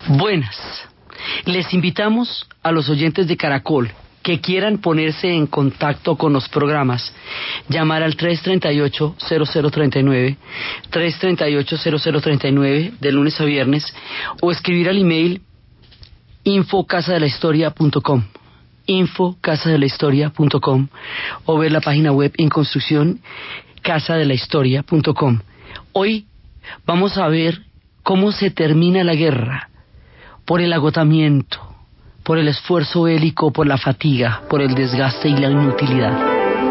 Buenas. Les invitamos a los oyentes de Caracol que quieran ponerse en contacto con los programas, llamar al 338-0039, 338-0039 de lunes a viernes, o escribir al email info@casadelahistoria.com, info@casadelahistoria.com, o ver la página web en construcción casadelahistoria.com. Hoy vamos a ver cómo se termina la guerra, por el agotamiento, por el esfuerzo bélico, por la fatiga, por el desgaste y la inutilidad.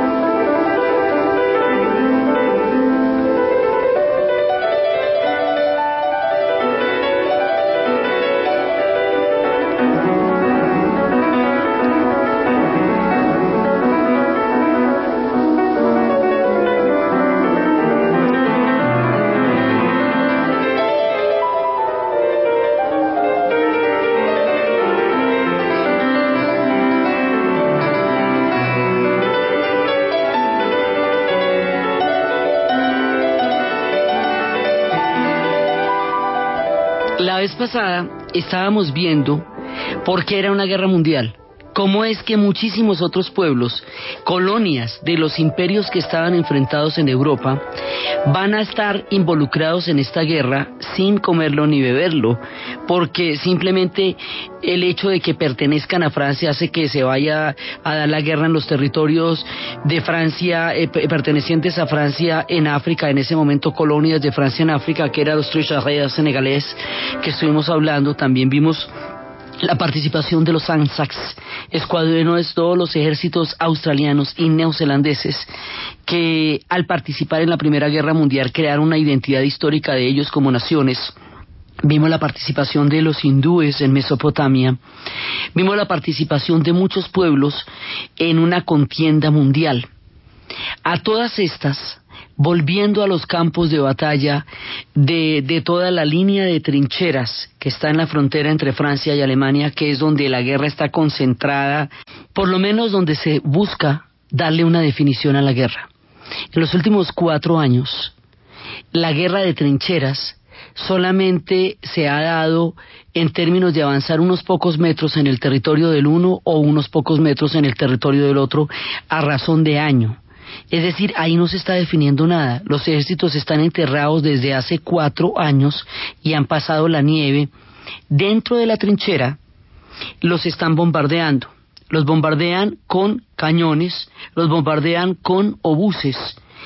La vez pasada estábamos viendo por qué era una guerra mundial, cómo es que muchísimos otros pueblos, colonias de los imperios que estaban enfrentados en Europa, van a estar involucrados en esta guerra sin comerlo ni beberlo, porque simplemente el hecho de que pertenezcan a Francia hace que se vaya a dar la guerra en los territorios de Francia, pertenecientes a Francia en África, en ese momento colonias de Francia en África, que era los Trichareas senegalés, que estuvimos hablando. También vimos la participación de los Anzacs, escuadrones, todos los ejércitos australianos y neozelandeses que al participar en la Primera Guerra Mundial crearon una identidad histórica de ellos como naciones. Vimos la participación de los hindúes en Mesopotamia, vimos la participación de muchos pueblos en una contienda mundial. A todas estas, volviendo a los campos de batalla de toda la línea de trincheras que está en la frontera entre Francia y Alemania, que es donde la guerra está concentrada, por lo menos donde se busca darle una definición a la guerra. En los últimos 4 años, la guerra de trincheras solamente se ha dado en términos de avanzar unos pocos metros en el territorio del uno o unos pocos metros en el territorio del otro a razón de año. Es decir, ahí no se está definiendo nada. Los ejércitos están enterrados desde hace 4 años y han pasado la nieve. Dentro de la trinchera los están bombardeando. Los bombardean con cañones, los bombardean con obuses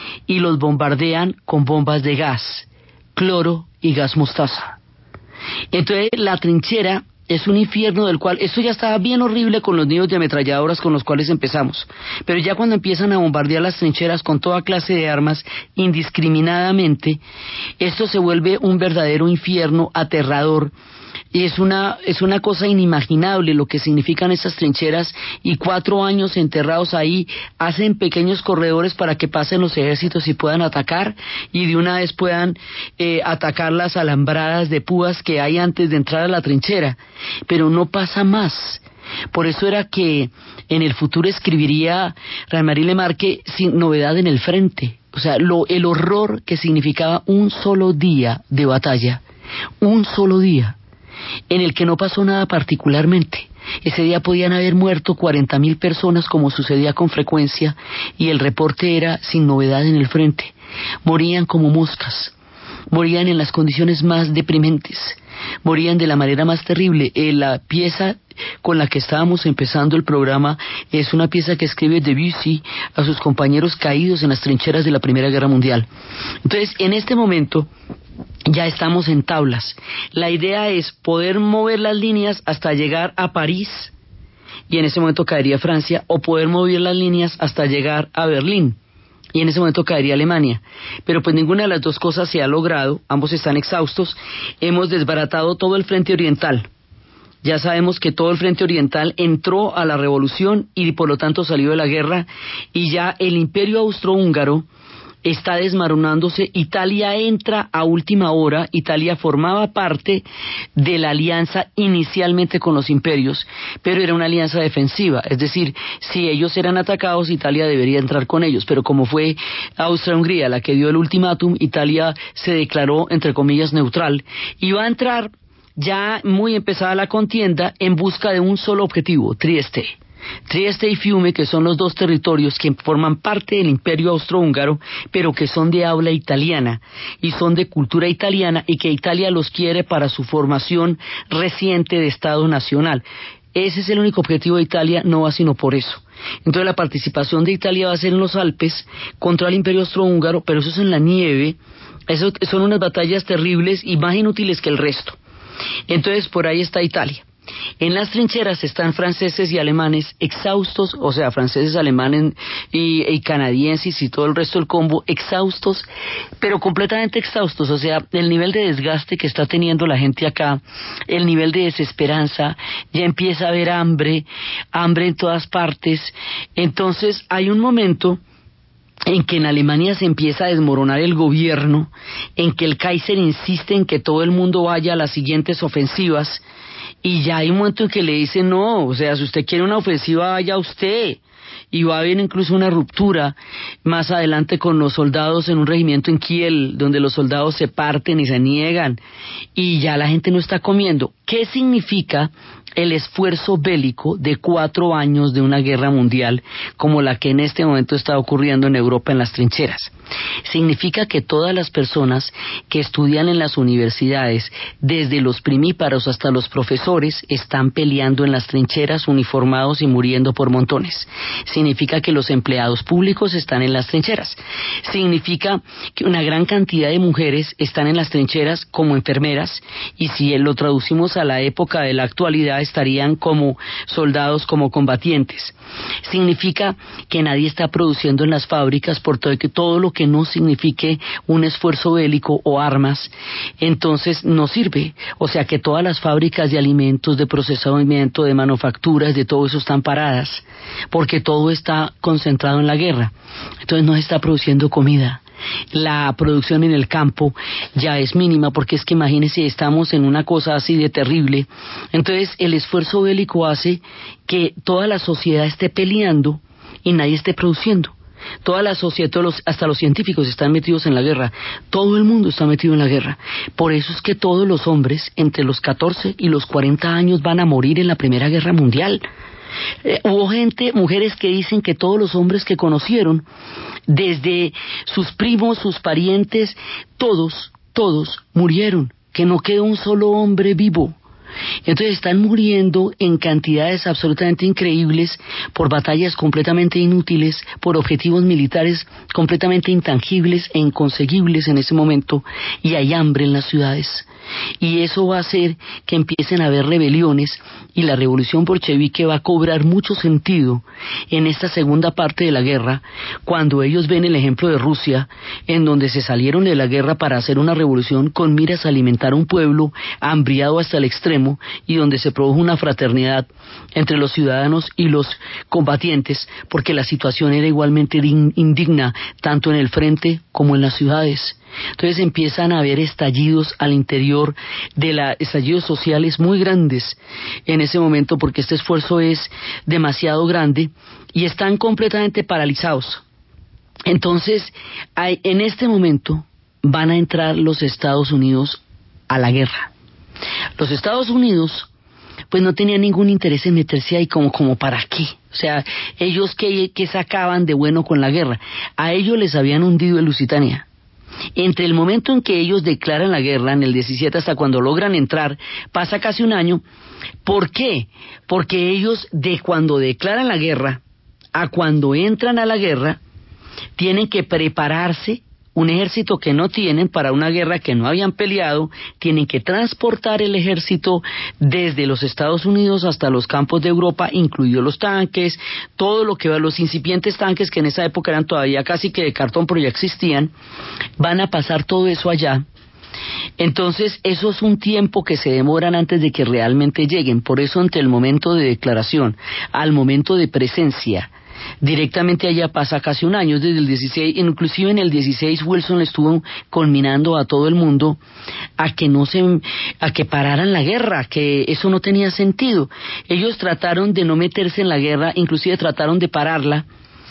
y los bombardean con bombas de gas, cloro y gas mostaza. Entonces la trinchera es un infierno del cual, esto ya estaba bien horrible con los nidos de ametralladoras con los cuales empezamos, pero ya cuando empiezan a bombardear las trincheras con toda clase de armas indiscriminadamente, esto se vuelve un verdadero infierno aterrador. Y es una cosa inimaginable lo que significan esas trincheras, y 4 años enterrados ahí hacen pequeños corredores para que pasen los ejércitos y puedan atacar, y de una vez puedan atacar las alambradas de púas que hay antes de entrar a la trinchera, pero no pasa más. Por eso era que en el futuro escribiría Jean-Marie Lemarque sin novedad en el frente, o sea, el horror que significaba un solo día de batalla, un solo día en el que no pasó nada particularmente. Ese día podían haber muerto 40.000 personas como sucedía con frecuencia, y el reporte era sin novedad en el frente. Morían como moscas, morían en las condiciones más deprimentes, morían de la manera más terrible. La pieza con la que estábamos empezando el programa es una pieza que escribe Debussy a sus compañeros caídos en las trincheras de la Primera Guerra Mundial. Entonces, en este momento ya estamos en tablas. La idea es poder mover las líneas hasta llegar a París, y en ese momento caería Francia, o poder mover las líneas hasta llegar a Berlín, y en ese momento caería Alemania. Pero pues ninguna de las dos cosas se ha logrado, ambos están exhaustos. Hemos desbaratado todo el frente oriental. Ya sabemos que todo el frente oriental entró a la revolución y por lo tanto salió de la guerra, y ya el imperio austrohúngaro está desmoronándose. Italia entra a última hora. Italia formaba parte de la alianza inicialmente con los imperios, pero era una alianza defensiva, es decir, si ellos eran atacados, Italia debería entrar con ellos, pero como fue Austria-Hungría la que dio el ultimátum, Italia se declaró, entre comillas, neutral, y va a entrar ya muy empezada la contienda, en busca de un solo objetivo, Trieste. Trieste y Fiume, que son los dos territorios que forman parte del Imperio Austrohúngaro, pero que son de habla italiana y son de cultura italiana, y que Italia los quiere para su formación reciente de Estado Nacional. Ese es el único objetivo de Italia, no va sino por eso. Entonces la participación de Italia va a ser en los Alpes contra el Imperio Austrohúngaro, pero eso es en la nieve. Eso son unas batallas terribles y más inútiles que el resto. Entonces por ahí está Italia. En las trincheras están franceses y alemanes exhaustos, o sea, franceses, alemanes y canadienses y todo el resto del combo exhaustos, pero completamente exhaustos. O sea, el nivel de desgaste que está teniendo la gente acá, el nivel de desesperanza, ya empieza a haber hambre en todas partes. Entonces hay un momento en que en Alemania se empieza a desmoronar el gobierno, en que el Kaiser insiste en que todo el mundo vaya a las siguientes ofensivas, y ya hay un momento en que le dicen no, o sea, si usted quiere una ofensiva, vaya usted. Y va a haber incluso una ruptura más adelante con los soldados en un regimiento en Kiel, donde los soldados se parten y se niegan, y ya la gente no está comiendo. ¿Qué significa el esfuerzo bélico de 4 años de una guerra mundial como la que en este momento está ocurriendo en Europa en las trincheras? Significa que todas las personas que estudian en las universidades, desde los primíparos hasta los profesores, están peleando en las trincheras uniformados y muriendo por montones. Significa que los empleados públicos están en las trincheras. Significa que una gran cantidad de mujeres están en las trincheras como enfermeras, y si lo traducimos a la época de la actualidad, estarían como soldados, como combatientes. Significa que nadie está produciendo en las fábricas, por todo lo que no signifique un esfuerzo bélico o armas, entonces no sirve. O sea que todas las fábricas de alimentos, de procesamiento, de manufacturas, de todo eso están paradas, porque todo está concentrado en la guerra. Entonces no se está produciendo comida. La producción en el campo ya es mínima, porque es que imagínense, estamos en una cosa así de terrible. Entonces el esfuerzo bélico hace que toda la sociedad esté peleando y nadie esté produciendo. Toda la sociedad, hasta los científicos están metidos en la guerra. Todo el mundo está metido en la guerra. Por eso es que todos los hombres entre los 14 y los 40 años van a morir en la Primera Guerra Mundial. Hubo mujeres que dicen que todos los hombres que conocieron, desde sus primos, sus parientes, todos murieron, que no quedó un solo hombre vivo. Entonces están muriendo en cantidades absolutamente increíbles por batallas completamente inútiles, por objetivos militares completamente intangibles e inconseguibles en ese momento, y hay hambre en las ciudades. Y eso va a hacer que empiecen a haber rebeliones, y la revolución bolchevique va a cobrar mucho sentido en esta segunda parte de la guerra, cuando ellos ven el ejemplo de Rusia, en donde se salieron de la guerra para hacer una revolución con miras a alimentar a un pueblo hambriado hasta el extremo, y donde se produjo una fraternidad entre los ciudadanos y los combatientes, porque la situación era igualmente indigna, tanto en el frente como en las ciudades. Entonces empiezan a haber estallidos al interior estallidos sociales muy grandes en ese momento, porque este esfuerzo es demasiado grande y están completamente paralizados. Entonces, en este momento van a entrar los Estados Unidos a la guerra. Los Estados Unidos pues no tenían ningún interés en meterse ahí, como para qué. O sea, ellos ¿qué sacaban de bueno con la guerra? A ellos les habían hundido el Lusitania. Entre el momento en que ellos declaran la guerra, en el 17, hasta cuando logran entrar, pasa casi un año. ¿Por qué? Porque ellos, de cuando declaran la guerra a cuando entran a la guerra, tienen que prepararse un ejército que no tienen para una guerra que no habían peleado. Tienen que transportar el ejército desde los Estados Unidos hasta los campos de Europa, incluidos los tanques, todo lo que va, los incipientes tanques que en esa época eran todavía casi que de cartón, pero ya existían. Van a pasar todo eso allá. Entonces eso es un tiempo que se demoran antes de que realmente lleguen. Por eso, entre el momento de declaración al momento de presencia directamente allá pasa casi un año, desde el 16, inclusive en el 16 Wilson le estuvo conminando a todo el mundo a que pararan la guerra, que eso no tenía sentido. Ellos trataron de no meterse en la guerra, inclusive trataron de pararla,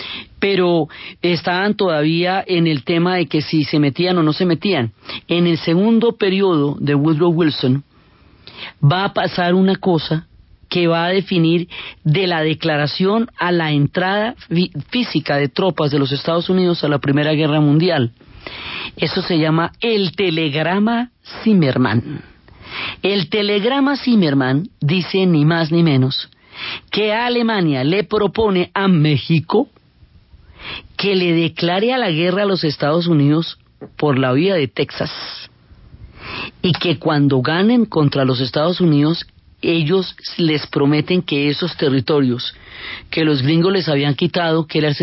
pero estaban todavía en el tema de que si se metían o no se metían. En el segundo periodo de Woodrow Wilson, va a pasar una cosa que va a definir de la declaración a la entrada física de tropas de los Estados Unidos a la Primera Guerra Mundial. Eso se llama el telegrama Zimmermann. El telegrama Zimmermann dice ni más ni menos que Alemania le propone a México que le declare a la guerra a los Estados Unidos por la vía de Texas, y que cuando ganen contra los Estados Unidos, ellos les prometen que esos territorios que los gringos les habían quitado, que era el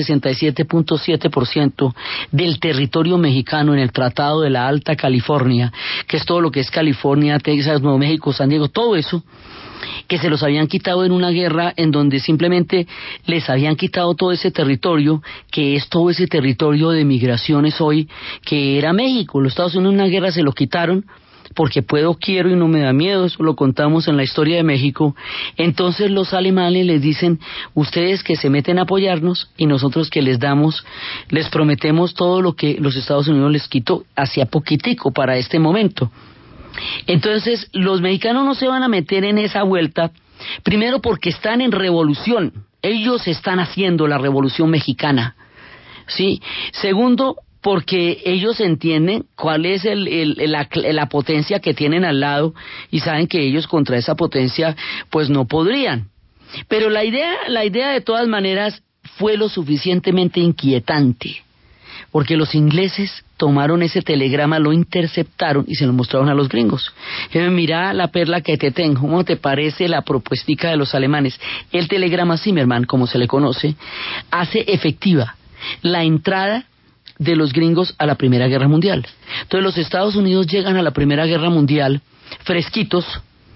67.7% del territorio mexicano en el Tratado de la Alta California, que es todo lo que es California, Texas, Nuevo México, San Diego, todo eso, que se los habían quitado en una guerra en donde simplemente les habían quitado todo ese territorio, que es todo ese territorio de migraciones hoy, que era México. Los Estados Unidos en una guerra se lo quitaron, porque puedo, quiero y no me da miedo, eso lo contamos en la historia de México. Entonces los alemanes les dicen, ustedes que se meten a apoyarnos y nosotros que les damos, les prometemos todo lo que los Estados Unidos les quitó hacía poquitico para este momento. Entonces los mexicanos no se van a meter en esa vuelta, primero porque están en revolución, ellos están haciendo la revolución mexicana, ¿sí? Segundo, porque ellos entienden cuál es la potencia que tienen al lado y saben que ellos contra esa potencia pues no podrían. Pero la idea de todas maneras fue lo suficientemente inquietante, porque los ingleses tomaron ese telegrama, lo interceptaron y se lo mostraron a los gringos. Mira la perla que te tengo, ¿cómo te parece la propuestica de los alemanes? El telegrama Zimmermann, como se le conoce, hace efectiva la entrada de los gringos a la Primera Guerra Mundial. Entonces los Estados Unidos llegan a la Primera Guerra Mundial fresquitos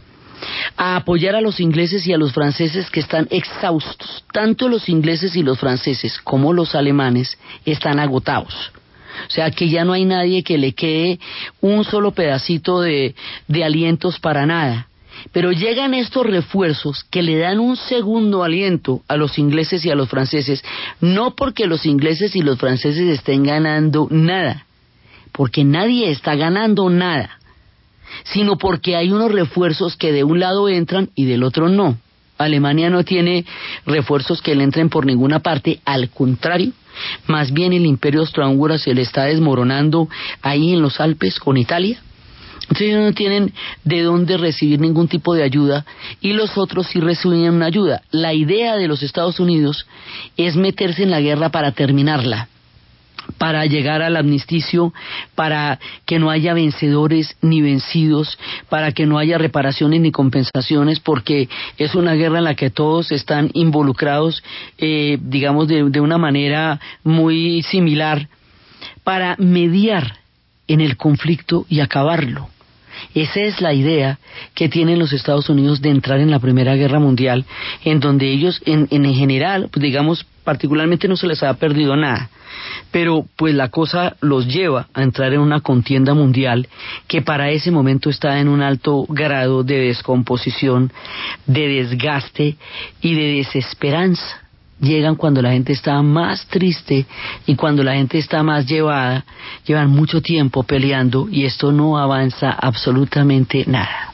a apoyar a los ingleses y a los franceses que están exhaustos. Tanto los ingleses y los franceses como los alemanes están agotados. O sea que ya no hay nadie que le quede un solo pedacito de alientos para nada. Pero llegan estos refuerzos que le dan un segundo aliento a los ingleses y a los franceses, no porque los ingleses y los franceses estén ganando nada, porque nadie está ganando nada, sino porque hay unos refuerzos que de un lado entran y del otro no. Alemania no tiene refuerzos que le entren por ninguna parte, al contrario, más bien el Imperio Austrohúngaro se le está desmoronando ahí en los Alpes con Italia. Entonces ellos no tienen de dónde recibir ningún tipo de ayuda y los otros sí reciben una ayuda. La idea de los Estados Unidos es meterse en la guerra para terminarla, para llegar al armisticio, para que no haya vencedores ni vencidos, para que no haya reparaciones ni compensaciones, porque es una guerra en la que todos están involucrados, digamos, de una manera muy similar, para mediar en el conflicto y acabarlo. Esa es la idea que tienen los Estados Unidos de entrar en la Primera Guerra Mundial, en donde ellos en general, pues digamos, particularmente no se les ha perdido nada, pero pues la cosa los lleva a entrar en una contienda mundial que para ese momento está en un alto grado de descomposición, de desgaste y de desesperanza. Llegan cuando la gente está más triste y cuando la gente está más llevada, llevan mucho tiempo peleando y esto no avanza absolutamente nada.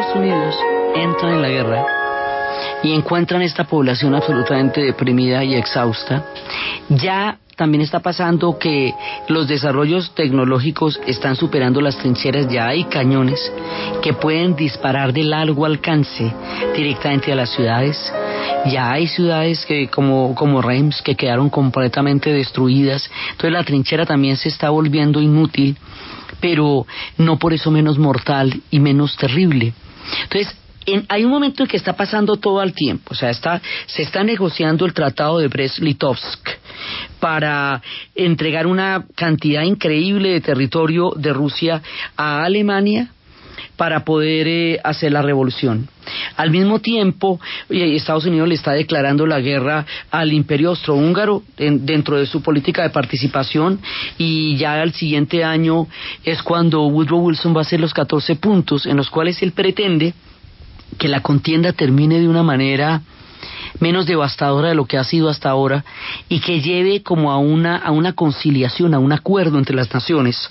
Estados Unidos entran en la guerra y encuentran esta población absolutamente deprimida y exhausta, ya también está pasando que los desarrollos tecnológicos están superando las trincheras. Ya hay cañones que pueden disparar de largo alcance directamente a las ciudades. Ya hay ciudades que como Reims que quedaron completamente destruidas. Entonces la trinchera también se está volviendo inútil, pero no por eso menos mortal y menos terrible. Entonces hay un momento en que está pasando todo al tiempo. O sea, se está negociando el tratado de Brest-Litovsk para entregar una cantidad increíble de territorio de Rusia a Alemania para poder hacer la revolución. Al mismo tiempo, Estados Unidos le está declarando la guerra al Imperio Austrohúngaro dentro de su política de participación, y ya al siguiente año es cuando Woodrow Wilson va a hacer los 14 puntos en los cuales él pretende que la contienda termine de una manera menos devastadora de lo que ha sido hasta ahora, y que lleve como a una conciliación, a un acuerdo entre las naciones,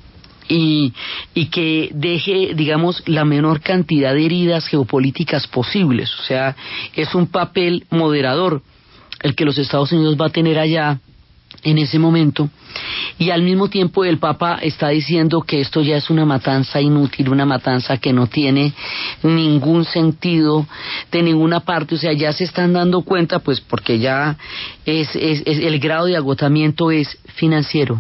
y que deje, digamos, la menor cantidad de heridas geopolíticas posibles. O sea, es un papel moderador el que los Estados Unidos va a tener allá en ese momento, y al mismo tiempo el Papa está diciendo que esto ya es una matanza inútil, una matanza que no tiene ningún sentido de ninguna parte. O sea, ya se están dando cuenta, pues porque ya es el grado de agotamiento es financiero,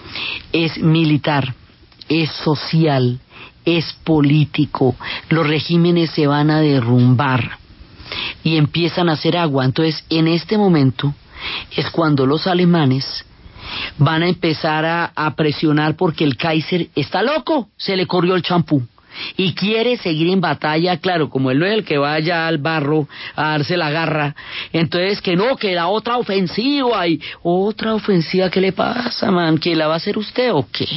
es militar, es social, es político. Los regímenes se van a derrumbar y empiezan a hacer agua. Entonces, en este momento es cuando los alemanes van a empezar a presionar, porque el Kaiser está loco, se le corrió el champú y quiere seguir en batalla. Claro, como él no es el que vaya al barro a darse la garra, entonces que no, que la otra ofensiva. ¿Y otra ofensiva qué le pasa, man? ¿Que la va a hacer usted o qué?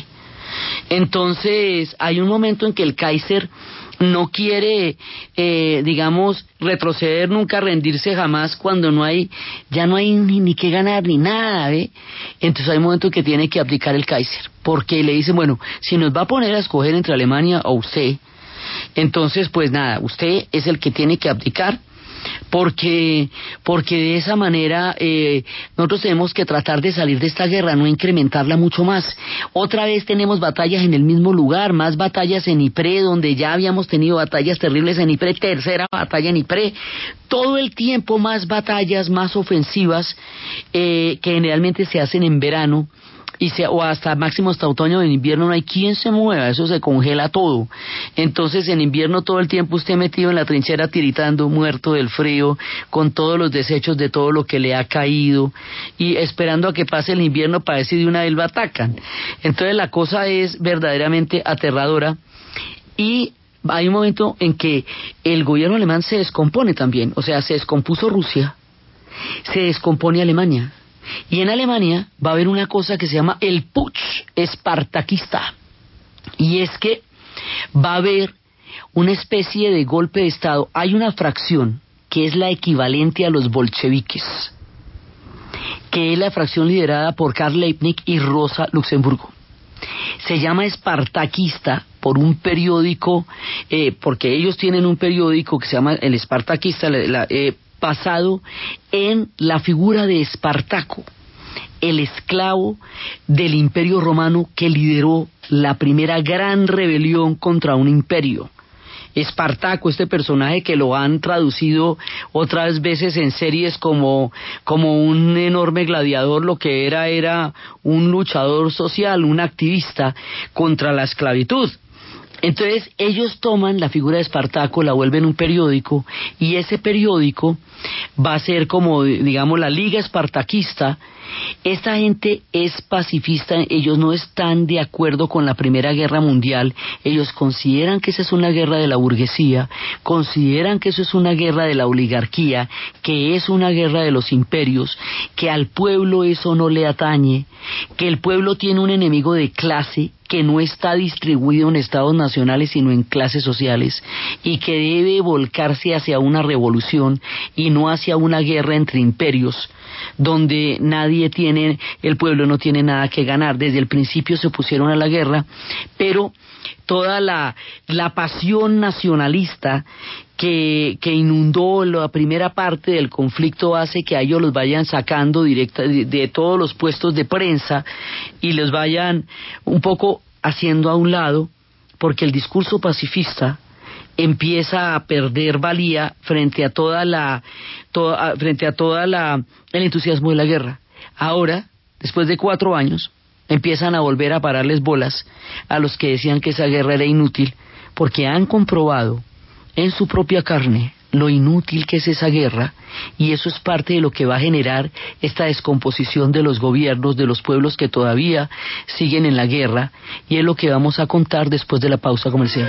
Entonces hay un momento en que el Kaiser no quiere, digamos, retroceder nunca, rendirse jamás, cuando ya no hay ni qué ganar ni nada, ¿ve? Entonces hay un momento en que tiene que abdicar el Kaiser, porque le dicen, bueno, si nos va a poner a escoger entre Alemania o usted, entonces pues nada, usted es el que tiene que abdicar, porque de esa manera nosotros tenemos que tratar de salir de esta guerra, no incrementarla mucho más. Otra vez tenemos batallas en el mismo lugar, más batallas en Ypres, donde ya habíamos tenido batallas terribles en Ypres, tercera batalla en Ypres, todo el tiempo más batallas, más ofensivas, que generalmente se hacen en verano, o hasta máximo hasta otoño. En invierno no hay quien se mueva, eso se congela todo. Entonces en invierno todo el tiempo usted metido en la trinchera tiritando, muerto del frío, con todos los desechos de todo lo que le ha caído, y esperando a que pase el invierno para decir de una vez lo atacan. Entonces la cosa es verdaderamente aterradora, y hay un momento en que el gobierno alemán se descompone también. O sea, se descompuso Rusia, se descompone Alemania. Y en Alemania va a haber una cosa que se llama el putsch espartaquista, y es que va a haber una especie de golpe de estado. Hay una fracción que es la equivalente a los bolcheviques, que es la fracción liderada por Karl Liebknecht y Rosa Luxemburgo. Se llama espartaquista por un periódico, porque ellos tienen un periódico que se llama el Espartaquista, basado en la figura de Espartaco, el esclavo del Imperio Romano que lideró la primera gran rebelión contra un imperio. Espartaco, este personaje que lo han traducido otras veces en series como un enorme gladiador, lo que era un luchador social, un activista contra la esclavitud. Entonces ellos toman la figura de Espartaco, la vuelven un periódico, y ese periódico va a ser como, digamos, la Liga Espartaquista. Esta gente es pacifista, ellos no están de acuerdo con la Primera Guerra Mundial, ellos consideran que esa es una guerra de la burguesía, consideran que eso es una guerra de la oligarquía, que es una guerra de los imperios, que al pueblo eso no le atañe, que el pueblo tiene un enemigo de clase, que no está distribuido en estados nacionales sino en clases sociales y que debe volcarse hacia una revolución y no hacia una guerra entre imperios donde el pueblo no tiene nada que ganar. Desde el principio se pusieron a la guerra, pero toda la pasión nacionalista que inundó la primera parte del conflicto hace que a ellos los vayan sacando de todos los puestos de prensa y los vayan un poco haciendo a un lado, porque el discurso pacifista empieza a perder valía frente a el entusiasmo de la guerra. Ahora, después de 4 años, empiezan a volver a pararles bolas a los que decían que esa guerra era inútil, porque han comprobado en su propia carne lo inútil que es esa guerra, y eso es parte de lo que va a generar esta descomposición de los gobiernos, de los pueblos que todavía siguen en la guerra, y es lo que vamos a contar después de la pausa comercial.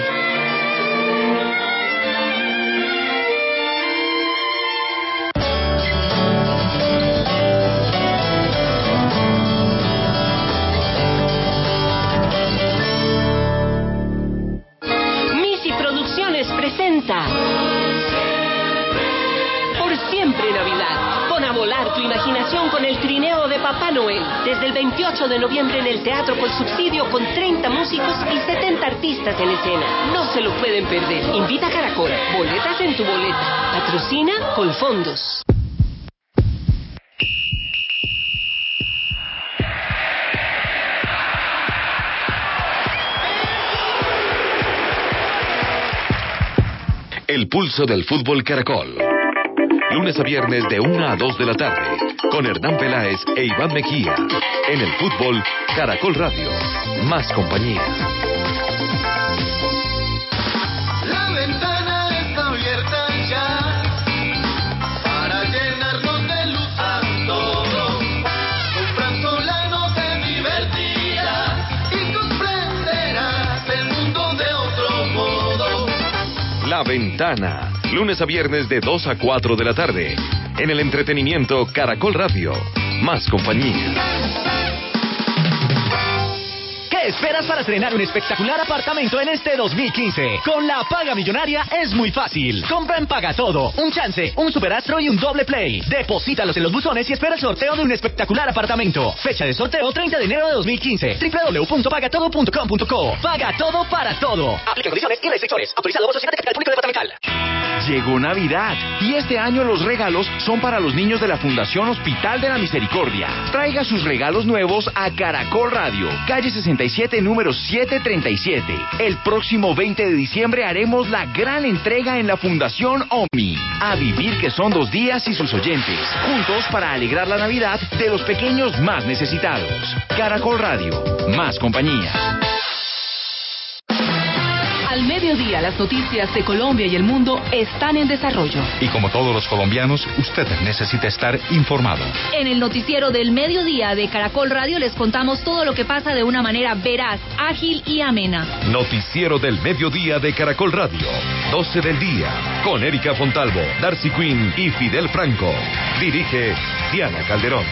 Por siempre Navidad. Pon a volar tu imaginación con el trineo de Papá Noel. Desde el 28 de noviembre en el Teatro por Subsidio con 30 músicos y 70 artistas en escena. No se lo pueden perder. Invita a Caracol. Boletas en tu boleta. Patrocina Colfondos. El pulso del fútbol Caracol. Lunes a viernes de 1 a 2 de la tarde. Con Hernán Peláez e Iván Mejía. En el fútbol Caracol Radio. Más compañía. La ventana está abierta ya para llenarnos de luz a todos. Con Solano te divertirás y comprenderás el mundo de otro modo. La Ventana, lunes a viernes de 2 a 4 de la tarde, en el entretenimiento Caracol Radio, más compañía. ¿Qué esperas para estrenar un espectacular apartamento en este 2015? Con la Paga Millonaria es muy fácil. Compra en Paga Todo, un chance, un superastro y un doble play. Deposítalos en los buzones y espera el sorteo de un espectacular apartamento. Fecha de sorteo 30 de enero de 2015. www.pagatodo.com.co. Paga Todo para todo. Aplica condiciones y restricciones. Autorizado por Sociedad de Capital Público Departamental. Llegó Navidad y este año los regalos son para los niños de la Fundación Hospital de la Misericordia. Traiga sus regalos nuevos a Caracol Radio, calle 67, número 737. El próximo 20 de diciembre haremos la gran entrega en la Fundación OMI. A vivir que son 2 días y sus oyentes, juntos para alegrar la Navidad de los pequeños más necesitados. Caracol Radio, más compañía. Al mediodía, las noticias de Colombia y el mundo están en desarrollo. Y como todos los colombianos, usted necesita estar informado. En el noticiero del mediodía de Caracol Radio les contamos todo lo que pasa de una manera veraz, ágil y amena. Noticiero del mediodía de Caracol Radio, 12 del día, con Erika Fontalvo, Darcy Quinn y Fidel Franco. Dirige Diana Calderón.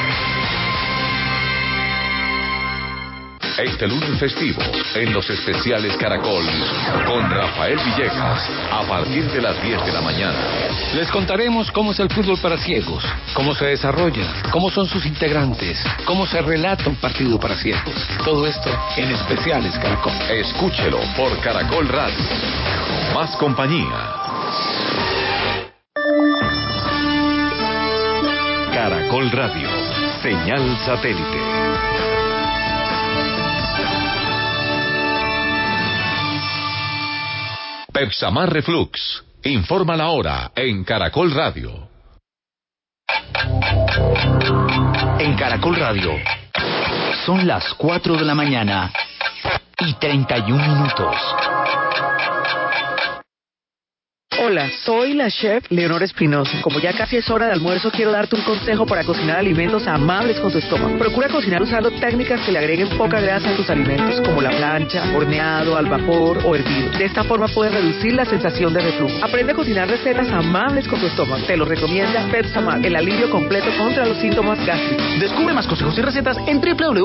Este lunes festivo, en los especiales Caracol, con Rafael Villegas, a partir de las 10 de la mañana. Les contaremos cómo es el fútbol para ciegos, cómo se desarrolla, cómo son sus integrantes, cómo se relata un partido para ciegos. Todo esto en especiales Caracol. Escúchelo por Caracol Radio. Más compañía. Caracol Radio. Señal satélite. Pepsamar Reflux. Informa la hora en Caracol Radio. En Caracol Radio son las 4 de la mañana y 31 minutos. Hola, soy la chef Leonor Espinosa. Como ya casi es hora de almuerzo, quiero darte un consejo para cocinar alimentos amables con tu estómago. Procura cocinar usando técnicas que le agreguen poca grasa a tus alimentos, como la plancha, horneado, al vapor o hervido. De esta forma puedes reducir la sensación de reflujo. Aprende a cocinar recetas amables con tu estómago. Te lo recomienda Pepsamar, el alivio completo contra los síntomas gástricos. Descubre más consejos y recetas en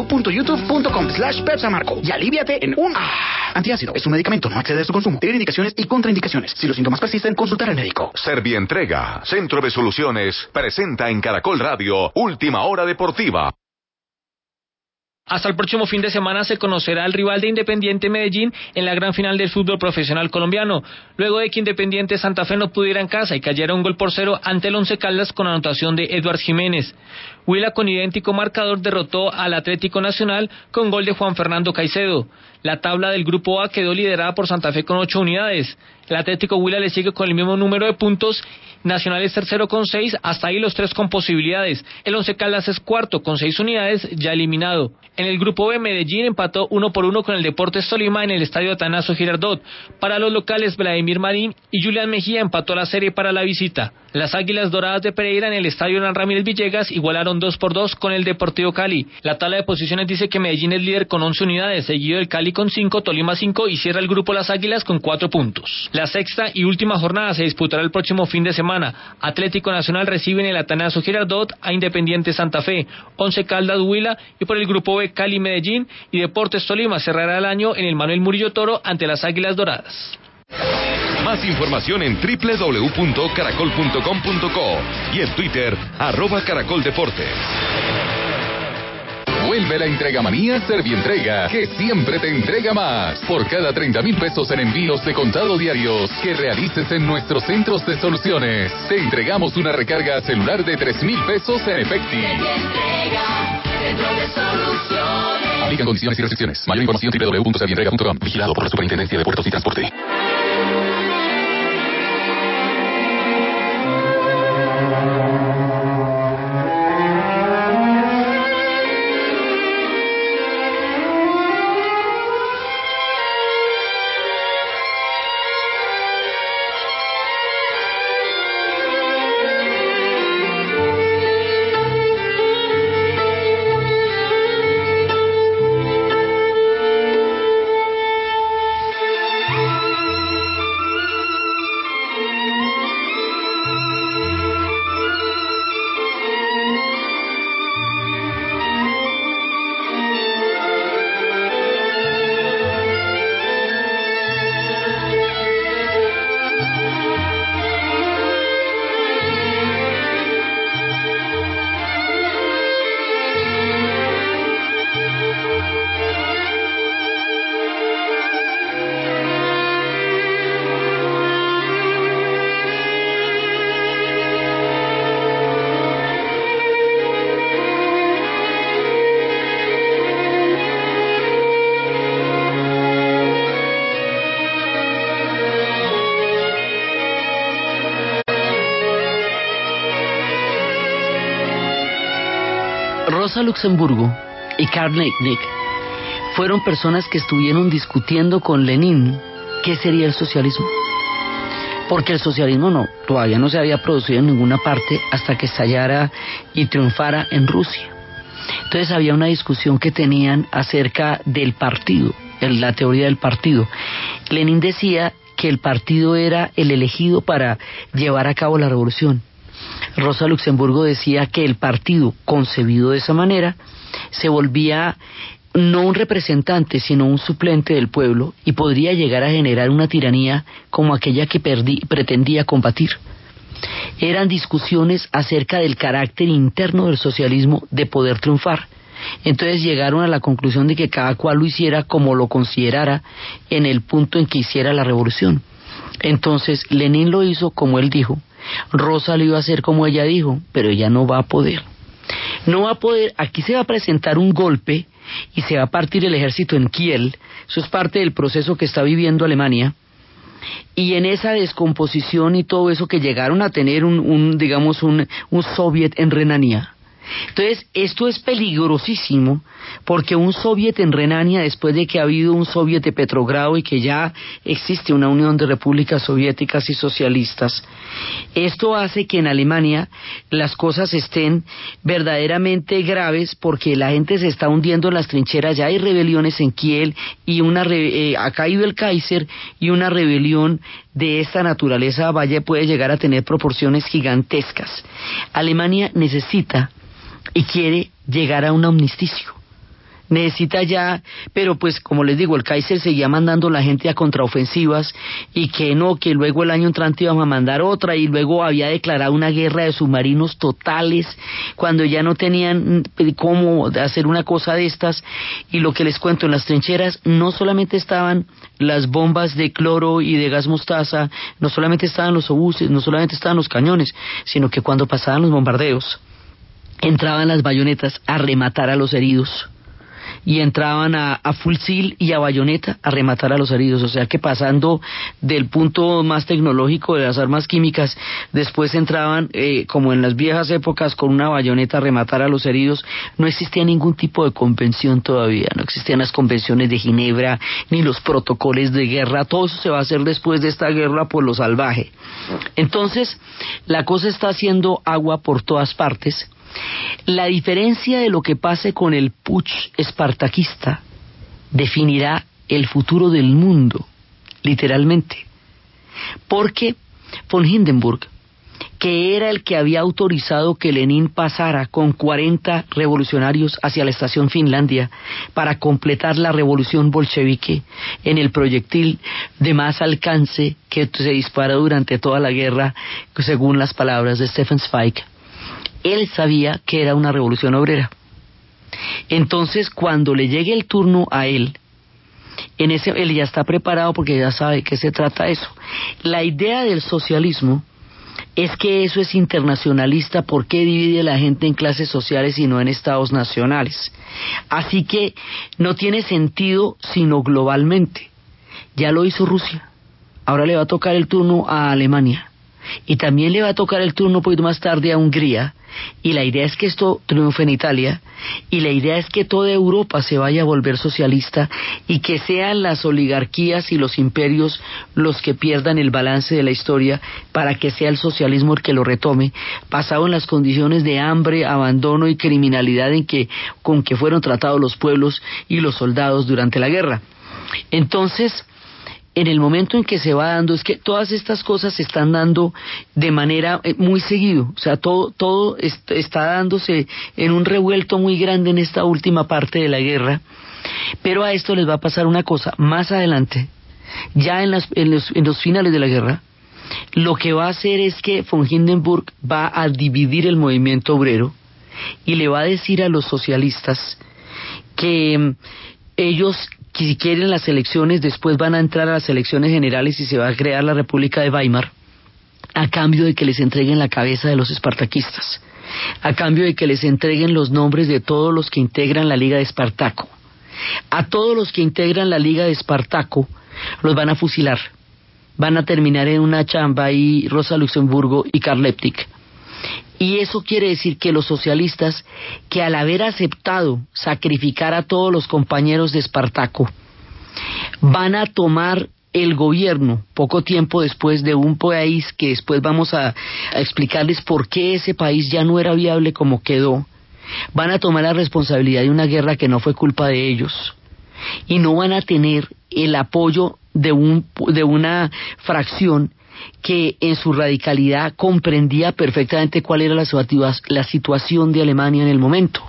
www.youtube.com/pepsamarco y aliviate en un antiácido. Es un medicamento, no accede a su consumo. Tiene indicaciones y contraindicaciones. Si los síntomas persisten, consultar al médico. Servientrega, Centro de Soluciones, presenta en Caracol Radio Última Hora Deportiva. Hasta el próximo fin de semana se conocerá el rival de Independiente Medellín en la gran final del fútbol profesional colombiano, luego de que Independiente Santa Fe no pudiera en casa y cayera 1-0 ante el Once Caldas con anotación de Eduard Jiménez. Huila, con idéntico marcador, derrotó al Atlético Nacional con gol de Juan Fernando Caicedo. La tabla del Grupo A quedó liderada por Santa Fe con 8 unidades. El Atlético Huila le sigue con el mismo número de puntos. Nacional es tercero con 6, hasta ahí los 3 con posibilidades. El Once Caldas es cuarto con 6 unidades, ya eliminado. En el Grupo B, Medellín empató 1-1 con el Deportes Tolima en el estadio Atanasio Girardot. Para los locales, Vladimir Marín y Julián Mejía empató la serie para la visita. Las Águilas Doradas de Pereira en el estadio Hernán Ramírez Villegas igualaron 2-2 con el Deportivo Cali. La tabla de posiciones dice que Medellín es líder con 11 unidades, seguido del Cali con 5, Tolima 5 y cierra el grupo Las Águilas con 4 puntos. La sexta y última jornada se disputará el próximo fin de semana. Atlético Nacional recibe en el Atanasio Girardot a Independiente Santa Fe, Once Caldas Huila y por el Grupo B Cali Medellín, y Deportes Tolima cerrará el año en el Manuel Murillo Toro ante las Águilas Doradas. Más información en www.caracol.com.co y en Twitter @caracoldeportes. Vuelve la entregamanía Servientrega, que siempre te entrega más. Por cada 30,000 pesos en envíos de contado diarios que realices en nuestros centros de soluciones, te entregamos una recarga celular de 3,000 pesos en Efecti. Servientrega, centro de soluciones. Aplican condiciones y restricciones. Mayor información www.servientrega.com. Vigilado por la Superintendencia de Puertos y Transporte. Rosa Luxemburgo y Karl Liebknecht fueron personas que estuvieron discutiendo con Lenin qué sería el socialismo. Porque el socialismo todavía no se había producido en ninguna parte hasta que estallara y triunfara en Rusia. Entonces había una discusión que tenían acerca del partido, la teoría del partido. Lenin decía que el partido era el elegido para llevar a cabo la revolución. Rosa Luxemburgo decía que el partido, concebido de esa manera, se volvía no un representante, sino un suplente del pueblo, y podría llegar a generar una tiranía como aquella que pretendía combatir. Eran discusiones acerca del carácter interno del socialismo de poder triunfar. Entonces llegaron a la conclusión de que cada cual lo hiciera como lo considerara en el punto en que hiciera la revolución. Entonces Lenin lo hizo como él dijo, Rosa lo iba a hacer como ella dijo, pero ella no va a poder. No va a poder, aquí se va a presentar un golpe y se va a partir el ejército en Kiel, eso es parte del proceso que está viviendo Alemania, y en esa descomposición y todo eso que llegaron a tener un soviet en Renania, Entonces, esto es peligrosísimo porque un soviet en Renania, después de que ha habido un soviet de Petrogrado y que ya existe una unión de repúblicas soviéticas y socialistas, esto hace que en Alemania las cosas estén verdaderamente graves porque la gente se está hundiendo en las trincheras, ya hay rebeliones en Kiel y ha caído el Kaiser y una rebelión de esta naturaleza puede llegar a tener proporciones gigantescas. Alemania necesita y quiere llegar a un armisticio. Necesita ya, pero pues como les digo, el Kaiser seguía mandando la gente a contraofensivas y que luego el año entrante iban a mandar otra y luego había declarado una guerra de submarinos totales cuando ya no tenían cómo hacer una cosa de estas. Y lo que les cuento, en las trincheras no solamente estaban las bombas de cloro y de gas mostaza, no solamente estaban los obuses, no solamente estaban los cañones, sino que cuando pasaban los bombardeos entraban las bayonetas a rematar a los heridos y entraban a fusil y a bayoneta a rematar a los heridos, o sea que pasando del punto más tecnológico de las armas químicas, después entraban como en las viejas épocas con una bayoneta a rematar a los heridos. No existía ningún tipo de convención todavía, no existían las convenciones de Ginebra ni los protocolos de guerra, todo eso se va a hacer después de esta guerra por lo salvaje. Entonces la cosa está haciendo agua por todas partes. La diferencia de lo que pase con el putsch espartaquista definirá el futuro del mundo, literalmente. Porque von Hindenburg, que era el que había autorizado que Lenin pasara con 40 revolucionarios hacia la estación Finlandia para completar la revolución bolchevique en el proyectil de más alcance que se disparó durante toda la guerra, según las palabras de Stefan Zweig, él sabía que era una revolución obrera. Entonces, cuando le llegue el turno a él, él ya está preparado porque ya sabe de qué se trata eso. La idea del socialismo es que eso es internacionalista. ¿Por qué divide a la gente en clases sociales y no en estados nacionales? Así que no tiene sentido sino globalmente. Ya lo hizo Rusia. Ahora le va a tocar el turno a Alemania. Y también le va a tocar el turno un poquito más tarde a Hungría, y la idea es que esto triunfe en Italia, y la idea es que toda Europa se vaya a volver socialista y que sean las oligarquías y los imperios los que pierdan el balance de la historia para que sea el socialismo el que lo retome, basado en las condiciones de hambre, abandono y criminalidad con que fueron tratados los pueblos y los soldados durante la guerra. Entonces, en el momento en que se va dando, es que todas estas cosas se están dando de manera muy seguido, o sea, todo está dándose en un revuelto muy grande en esta última parte de la guerra, pero a esto les va a pasar una cosa, más adelante, ya en los finales de la guerra, lo que va a hacer es que von Hindenburg va a dividir el movimiento obrero y le va a decir a los socialistas que ellos, si quieren las elecciones, después van a entrar a las elecciones generales y se va a crear la República de Weimar, a cambio de que les entreguen la cabeza de los espartaquistas, a cambio de que les entreguen los nombres de todos los que integran la Liga de Espartaco. A todos los que integran la Liga de Espartaco los van a fusilar, van a terminar en una chamba ahí, Rosa Luxemburgo y Karl Liebknecht. Y eso quiere decir que los socialistas, que al haber aceptado sacrificar a todos los compañeros de Espartaco, van a tomar el gobierno poco tiempo después de un país que después vamos a explicarles por qué ese país ya no era viable como quedó. Van a tomar la responsabilidad de una guerra que no fue culpa de ellos y no van a tener el apoyo de una fracción que en su radicalidad comprendía perfectamente cuál era la situación de Alemania en el momento.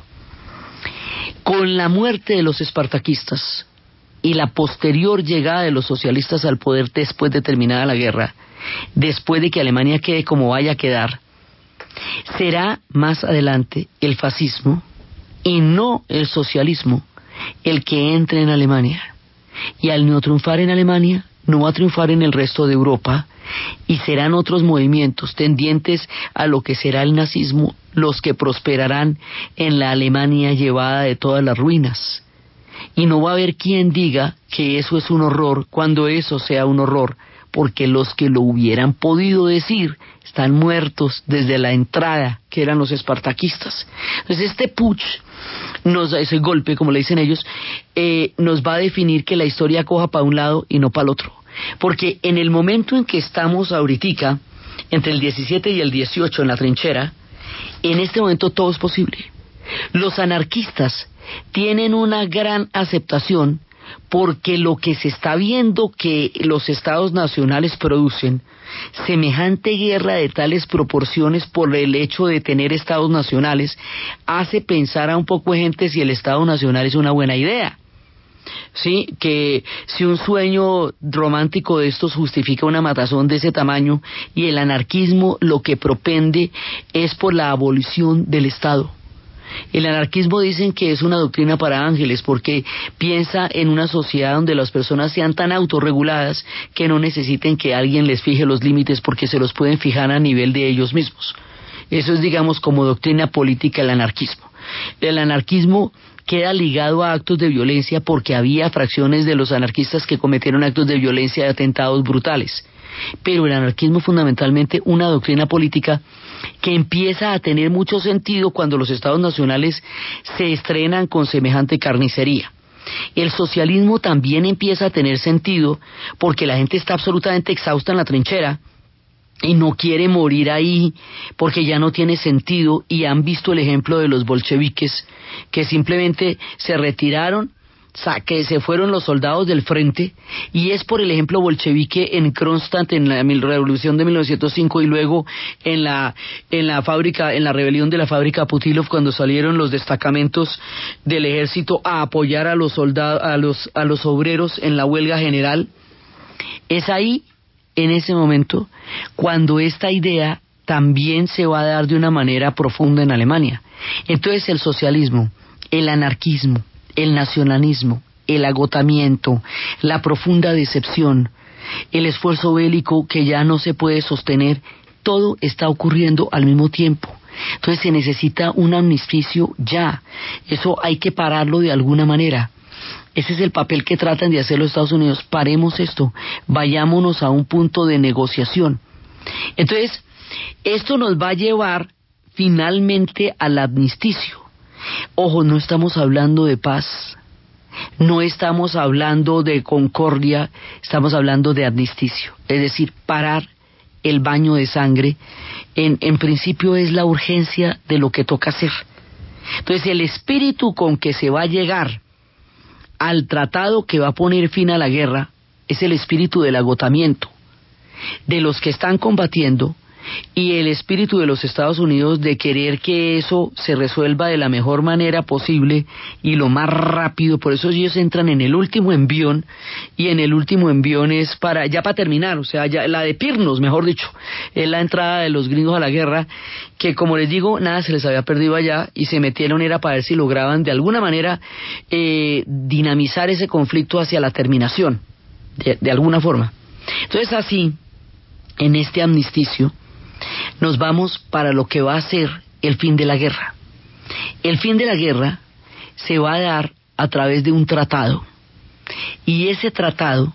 Con la muerte de los espartaquistas y la posterior llegada de los socialistas al poder después de terminada la guerra, después de que Alemania quede como vaya a quedar, será más adelante el fascismo y no el socialismo el que entre en Alemania. Y al no triunfar en Alemania, no va a triunfar en el resto de Europa, y serán otros movimientos tendientes a lo que será el nazismo los que prosperarán en la Alemania llevada de todas las ruinas. Y no va a haber quien diga que eso es un horror cuando eso sea un horror, porque los que lo hubieran podido decir están muertos desde la entrada, que eran los espartaquistas. Entonces este putsch, ese golpe, como le dicen ellos, nos va a definir que la historia coja para un lado y no para el otro. Porque en el momento en que estamos ahorita, entre el 17 y el 18 en la trinchera, en este momento todo es posible. Los anarquistas tienen una gran aceptación porque lo que se está viendo que los estados nacionales producen, semejante guerra de tales proporciones por el hecho de tener estados nacionales, hace pensar a un poco de gente si el estado nacional es una buena idea. Sí, que si un sueño romántico de estos justifica una matazón de ese tamaño, y el anarquismo lo que propende es por la abolición del Estado. El anarquismo dicen que es una doctrina para ángeles porque piensa en una sociedad donde las personas sean tan autorreguladas que no necesiten que alguien les fije los límites porque se los pueden fijar a nivel de ellos mismos. Eso es, digamos, como doctrina política el anarquismo. El anarquismo queda ligado a actos de violencia porque había fracciones de los anarquistas que cometieron actos de violencia y atentados brutales. Pero el anarquismo es fundamentalmente una doctrina política que empieza a tener mucho sentido cuando los estados nacionales se estrenan con semejante carnicería. El socialismo también empieza a tener sentido porque la gente está absolutamente exhausta en la trinchera y no quiere morir ahí porque ya no tiene sentido, y han visto el ejemplo de los bolcheviques que simplemente se retiraron, que se fueron los soldados del frente, y es por el ejemplo bolchevique en Kronstadt en la revolución de 1905 y luego en la fábrica, en la rebelión de la fábrica Putilov, cuando salieron los destacamentos del ejército a apoyar a los soldados, a los obreros en la huelga general. Es ahí, en ese momento, cuando esta idea también se va a dar de una manera profunda en Alemania. Entonces el socialismo, el anarquismo, el nacionalismo, el agotamiento, la profunda decepción, el esfuerzo bélico que ya no se puede sostener, todo está ocurriendo al mismo tiempo. Entonces se necesita un armisticio ya. Eso hay que pararlo de alguna manera. Ese es el papel que tratan de hacer los Estados Unidos. Paremos esto, vayámonos a un punto de negociación. Entonces, esto nos va a llevar finalmente al armisticio. Ojo, no estamos hablando de paz, no estamos hablando de concordia, estamos hablando de armisticio. Es decir, parar el baño de sangre, en principio es la urgencia de lo que toca hacer. Entonces, el espíritu con que se va a llegar al tratado que va a poner fin a la guerra es el espíritu del agotamiento de los que están combatiendo y el espíritu de los Estados Unidos de querer que eso se resuelva de la mejor manera posible y lo más rápido. Por eso ellos entran en el último envión, y en el último envión es para terminar, o sea, ya la de Pirnos, mejor dicho, es la entrada de los gringos a la guerra, que como les digo, nada se les había perdido allá y se metieron era para ver si lograban de alguna manera dinamizar ese conflicto hacia la terminación, de alguna forma. Entonces así, en este armisticio, nos vamos para lo que va a ser el fin de la guerra. El fin de la guerra se va a dar a través de un tratado, y ese tratado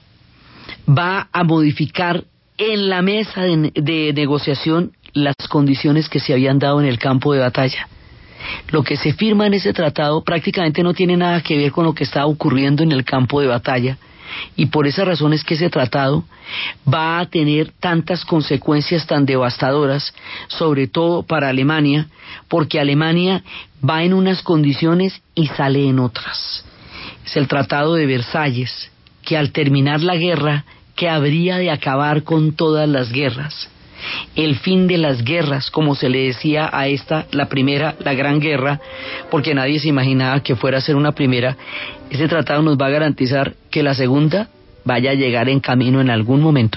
va a modificar en la mesa de negociación las condiciones que se habían dado en el campo de batalla. Lo que se firma en ese tratado prácticamente no tiene nada que ver con lo que está ocurriendo en el campo de batalla, y por esa razón es que ese tratado va a tener tantas consecuencias tan devastadoras, sobre todo para Alemania, porque Alemania va en unas condiciones y sale en otras. Es el Tratado de Versalles, que al terminar la guerra, que habría de acabar con todas las guerras. El fin de las guerras, como se le decía a esta, la primera, la Gran Guerra, porque nadie se imaginaba que fuera a ser una primera. Ese tratado nos va a garantizar que la segunda vaya a llegar en camino en algún momento.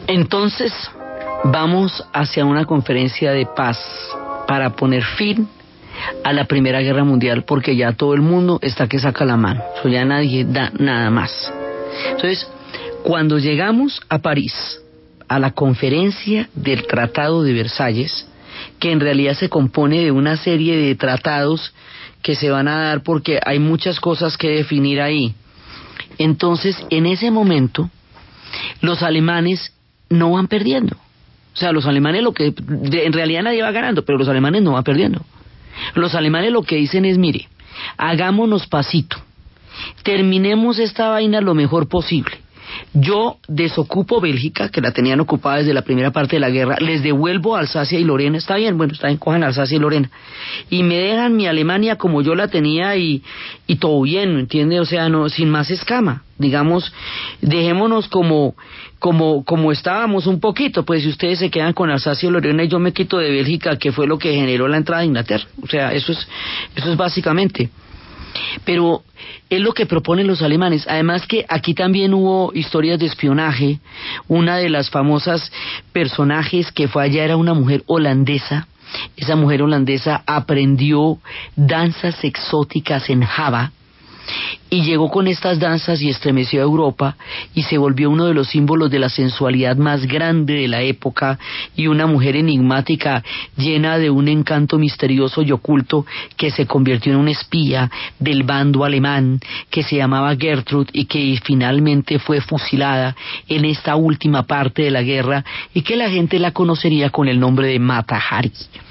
Entonces, vamos hacia una conferencia de paz para poner fin a la Primera Guerra Mundial, porque ya todo el mundo está que saca la mano, o sea, ya nadie da nada más. Entonces, cuando llegamos a París, a la conferencia del Tratado de Versalles, que en realidad se compone de una serie de tratados que se van a dar porque hay muchas cosas que definir ahí. Entonces, en ese momento, los alemanes no van perdiendo. O sea, los alemanes en realidad nadie va ganando, pero los alemanes no van perdiendo. Los alemanes lo que dicen es, mire, hagámonos pasito, terminemos esta vaina lo mejor posible. Yo desocupo Bélgica, que la tenían ocupada desde la primera parte de la guerra, les devuelvo Alsacia y Lorena, está bien, cojan Alsacia y Lorena, y me dejan mi Alemania como yo la tenía y todo bien, ¿me entiende? O sea, no, sin más escama, digamos, dejémonos como estábamos un poquito, pues si ustedes se quedan con Alsacia y Lorena y yo me quito de Bélgica, que fue lo que generó la entrada de Inglaterra, o sea, eso es básicamente. Pero es lo que proponen los alemanes. Además que aquí también hubo historias de espionaje. Una de las famosas personajes que fue allá era una mujer holandesa. Esa mujer holandesa aprendió danzas exóticas en Java y llegó con estas danzas y estremeció a Europa y se volvió uno de los símbolos de la sensualidad más grande de la época, y una mujer enigmática llena de un encanto misterioso y oculto que se convirtió en una espía del bando alemán que se llamaba Gertrud y que finalmente fue fusilada en esta última parte de la guerra y que la gente la conocería con el nombre de Mata Hari.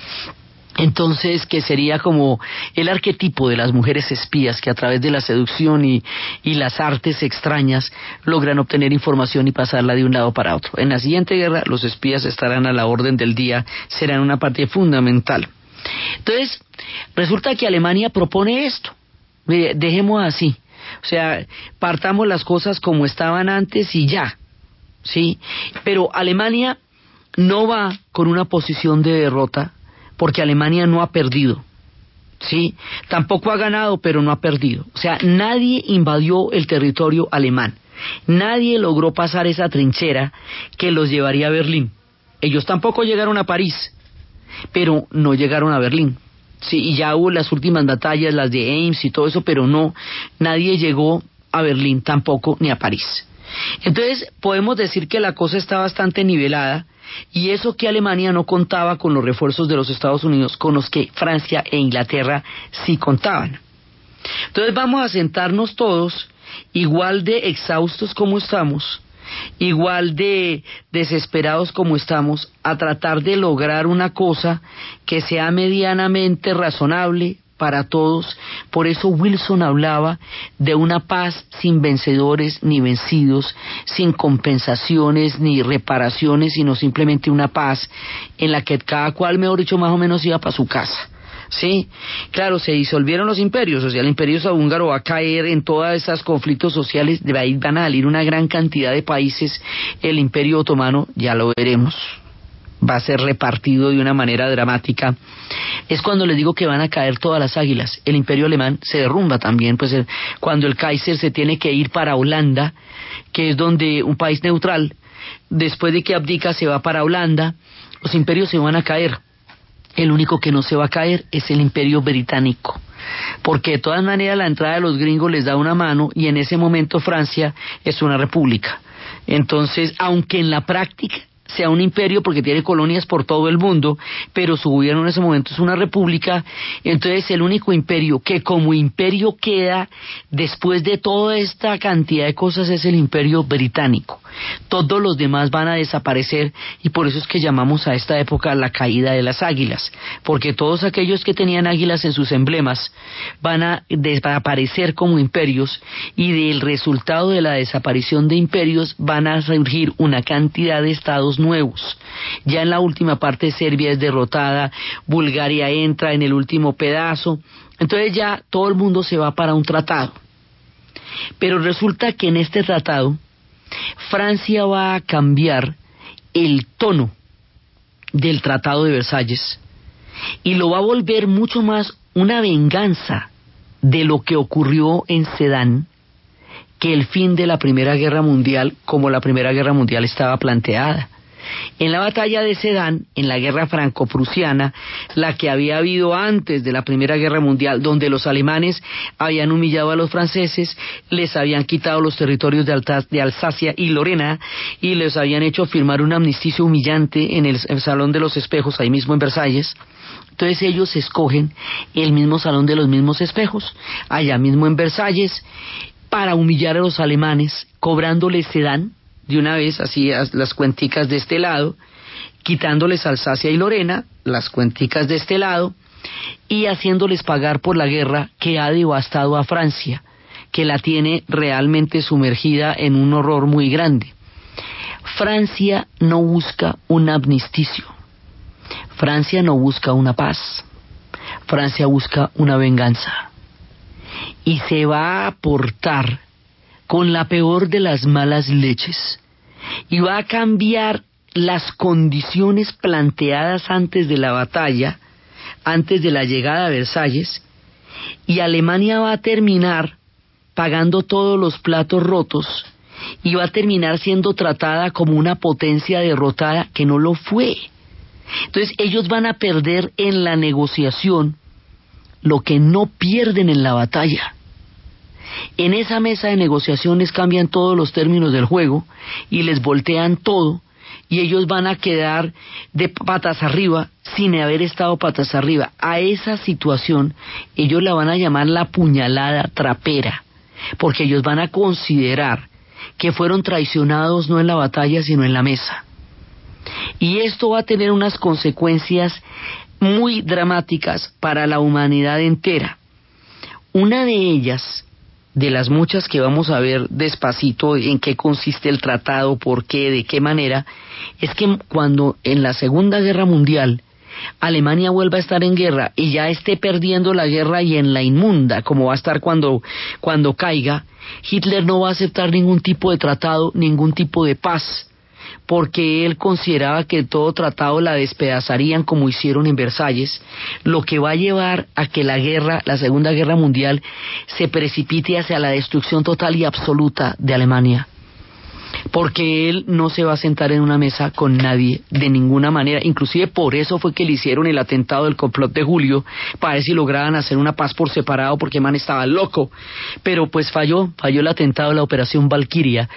Entonces, que sería como el arquetipo de las mujeres espías que a través de la seducción y las artes extrañas logran obtener información y pasarla de un lado para otro. En la siguiente guerra los espías estarán a la orden del día, serán una parte fundamental. Entonces, resulta que Alemania propone esto. Mire, dejemos así, o sea, partamos las cosas como estaban antes y ya, ¿sí? Pero Alemania no va con una posición de derrota, porque Alemania no ha perdido, ¿sí? Tampoco ha ganado, pero no ha perdido. O sea, nadie invadió el territorio alemán. Nadie logró pasar esa trinchera que los llevaría a Berlín. Ellos tampoco llegaron a París, pero no llegaron a Berlín. Sí, y ya hubo las últimas batallas, las de Ames y todo eso, pero no, nadie llegó a Berlín tampoco, ni a París. Entonces, podemos decir que la cosa está bastante nivelada. Y eso que Alemania no contaba con los refuerzos de los Estados Unidos, con los que Francia e Inglaterra sí contaban. Entonces vamos a sentarnos todos, igual de exhaustos como estamos, igual de desesperados como estamos, a tratar de lograr una cosa que sea medianamente razonable para todos. Por eso Wilson hablaba de una paz sin vencedores ni vencidos, sin compensaciones ni reparaciones, sino simplemente una paz en la que cada cual, mejor dicho, más o menos iba para su casa. Sí, claro, se disolvieron los imperios, o sea, el imperio austrohúngaro va a caer en todos esos conflictos sociales, de ahí van a salir una gran cantidad de países. El imperio otomano, ya lo veremos, va a ser repartido de una manera dramática. Es cuando les digo que van a caer todas las águilas. El imperio alemán se derrumba también, pues cuando el Kaiser se tiene que ir para Holanda, que es donde un país neutral, después de que abdica se va para Holanda, los imperios se van a caer. El único que no se va a caer es el imperio británico, porque de todas maneras la entrada de los gringos les da una mano, y en ese momento Francia es una república. Entonces, aunque en la práctica sea un imperio porque tiene colonias por todo el mundo, pero su gobierno en ese momento es una república. Entonces el único imperio que como imperio queda después de toda esta cantidad de cosas es el imperio británico. Todos los demás van a desaparecer, y por eso es que llamamos a esta época la caída de las águilas, porque todos aquellos que tenían águilas en sus emblemas van a desaparecer como imperios, y del resultado de la desaparición de imperios van a surgir una cantidad de estados nuevos. Ya en la última parte Serbia es derrotada, Bulgaria entra en el último pedazo, entonces ya todo el mundo se va para un tratado. Pero resulta que en este tratado Francia va a cambiar el tono del Tratado de Versalles y lo va a volver mucho más una venganza de lo que ocurrió en Sedán que el fin de la Primera Guerra Mundial como la Primera Guerra Mundial estaba planteada. En la batalla de Sedán, en la guerra franco-prusiana, la que había habido antes de la Primera Guerra Mundial, donde los alemanes habían humillado a los franceses, les habían quitado los territorios de Alsacia y Lorena, y les habían hecho firmar un amnisticio humillante en el Salón de los Espejos, ahí mismo en Versalles. Entonces ellos escogen el mismo Salón de los mismos Espejos, allá mismo en Versalles, para humillar a los alemanes, cobrándoles Sedán de una vez, así las cuenticas de este lado, quitándoles Alsacia y Lorena, las cuenticas de este lado, y haciéndoles pagar por la guerra que ha devastado a Francia, que la tiene realmente sumergida en un horror muy grande. Francia no busca un amnisticio, Francia no busca una paz, Francia busca una venganza, y se va a portar con la peor de las malas leches, y va a cambiar las condiciones planteadas antes de la batalla, antes de la llegada a Versalles, y Alemania va a terminar pagando todos los platos rotos, y va a terminar siendo tratada como una potencia derrotada que no lo fue. Entonces ellos van a perder en la negociación lo que no pierden en la batalla. En esa mesa de negociaciones cambian todos los términos del juego y les voltean todo, y ellos van a quedar de patas arriba sin haber estado patas arriba. A esa situación ellos la van a llamar la puñalada trapera, porque ellos van a considerar que fueron traicionados no en la batalla sino en la mesa. Y esto va a tener unas consecuencias muy dramáticas para la humanidad entera. Una de ellas, de las muchas que vamos a ver despacito en qué consiste el tratado, por qué, de qué manera, es que cuando en la Segunda Guerra Mundial Alemania vuelva a estar en guerra y ya esté perdiendo la guerra y en la inmunda, como va a estar cuando caiga, Hitler no va a aceptar ningún tipo de tratado, ningún tipo de paz, porque él consideraba que todo tratado la despedazarían como hicieron en Versalles, lo que va a llevar a que la Segunda Guerra Mundial se precipite hacia la destrucción total y absoluta de Alemania, porque él no se va a sentar en una mesa con nadie de ninguna manera. Inclusive por eso fue que le hicieron el atentado del complot de julio, para ver si lograban hacer una paz por separado, porque man estaba loco, pero pues falló el atentado de la operación Valquiria,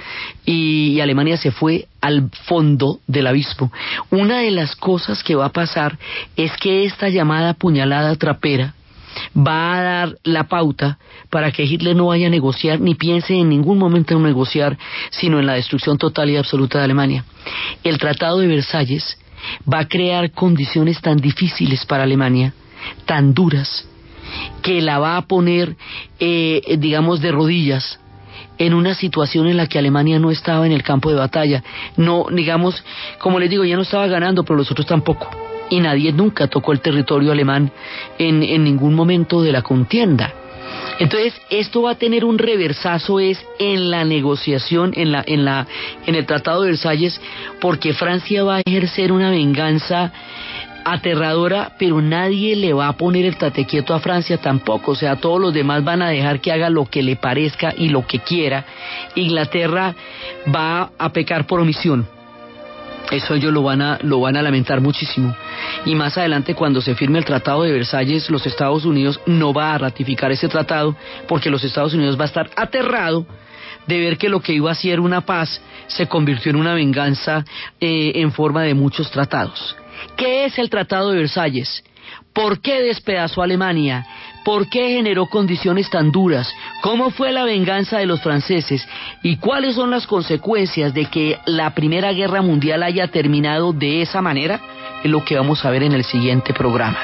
y Alemania se fue al fondo del abismo. Una de las cosas que va a pasar es que esta llamada puñalada trapera va a dar la pauta para que Hitler no vaya a negociar, ni piense en ningún momento en negociar, sino en la destrucción total y absoluta de Alemania. El Tratado de Versalles va a crear condiciones tan difíciles para Alemania, tan duras, que la va a poner, digamos, de rodillas, en una situación en la que Alemania no estaba en el campo de batalla. No, digamos, como les digo, ya no estaba ganando, pero los otros tampoco. Y nadie nunca tocó el territorio alemán en ningún momento de la contienda. Entonces esto va a tener un reversazo en la negociación, en el Tratado de Versalles, porque Francia va a ejercer una venganza aterradora, pero nadie le va a poner el tate quieto a Francia tampoco. O sea, todos los demás van a dejar que haga lo que le parezca y lo que quiera. Inglaterra va a pecar por omisión. Eso ellos lo van a lamentar muchísimo. Y más adelante, cuando se firme el Tratado de Versalles, los Estados Unidos no va a ratificar ese tratado, porque los Estados Unidos va a estar aterrado de ver que lo que iba a ser una paz se convirtió en una venganza en forma de muchos tratados. ¿Qué es el Tratado de Versalles? ¿Por qué despedazó a Alemania? ¿Por qué generó condiciones tan duras? ¿Cómo fue la venganza de los franceses? ¿Y cuáles son las consecuencias de que la Primera Guerra Mundial haya terminado de esa manera? Es lo que vamos a ver en el siguiente programa.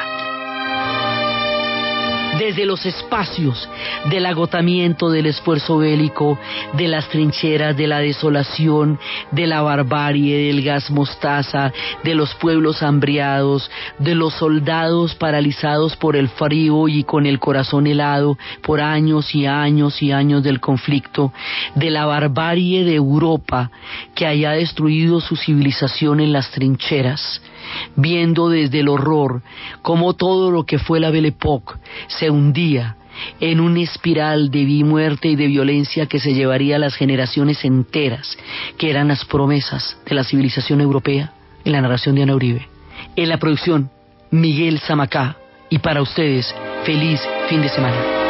Desde los espacios del agotamiento, del esfuerzo bélico, de las trincheras, de la desolación, de la barbarie, del gas mostaza, de los pueblos hambriados, de los soldados paralizados por el frío y con el corazón helado por años y años y años del conflicto, de la barbarie de Europa que haya destruido su civilización en las trincheras, viendo desde el horror cómo todo lo que fue la Belle Époque se hundía en una espiral de vida y muerte y de violencia que se llevaría a las generaciones enteras, que eran las promesas de la civilización europea, en la narración de Ana Uribe. En la producción, Miguel Zamacá. Y para ustedes, feliz fin de semana.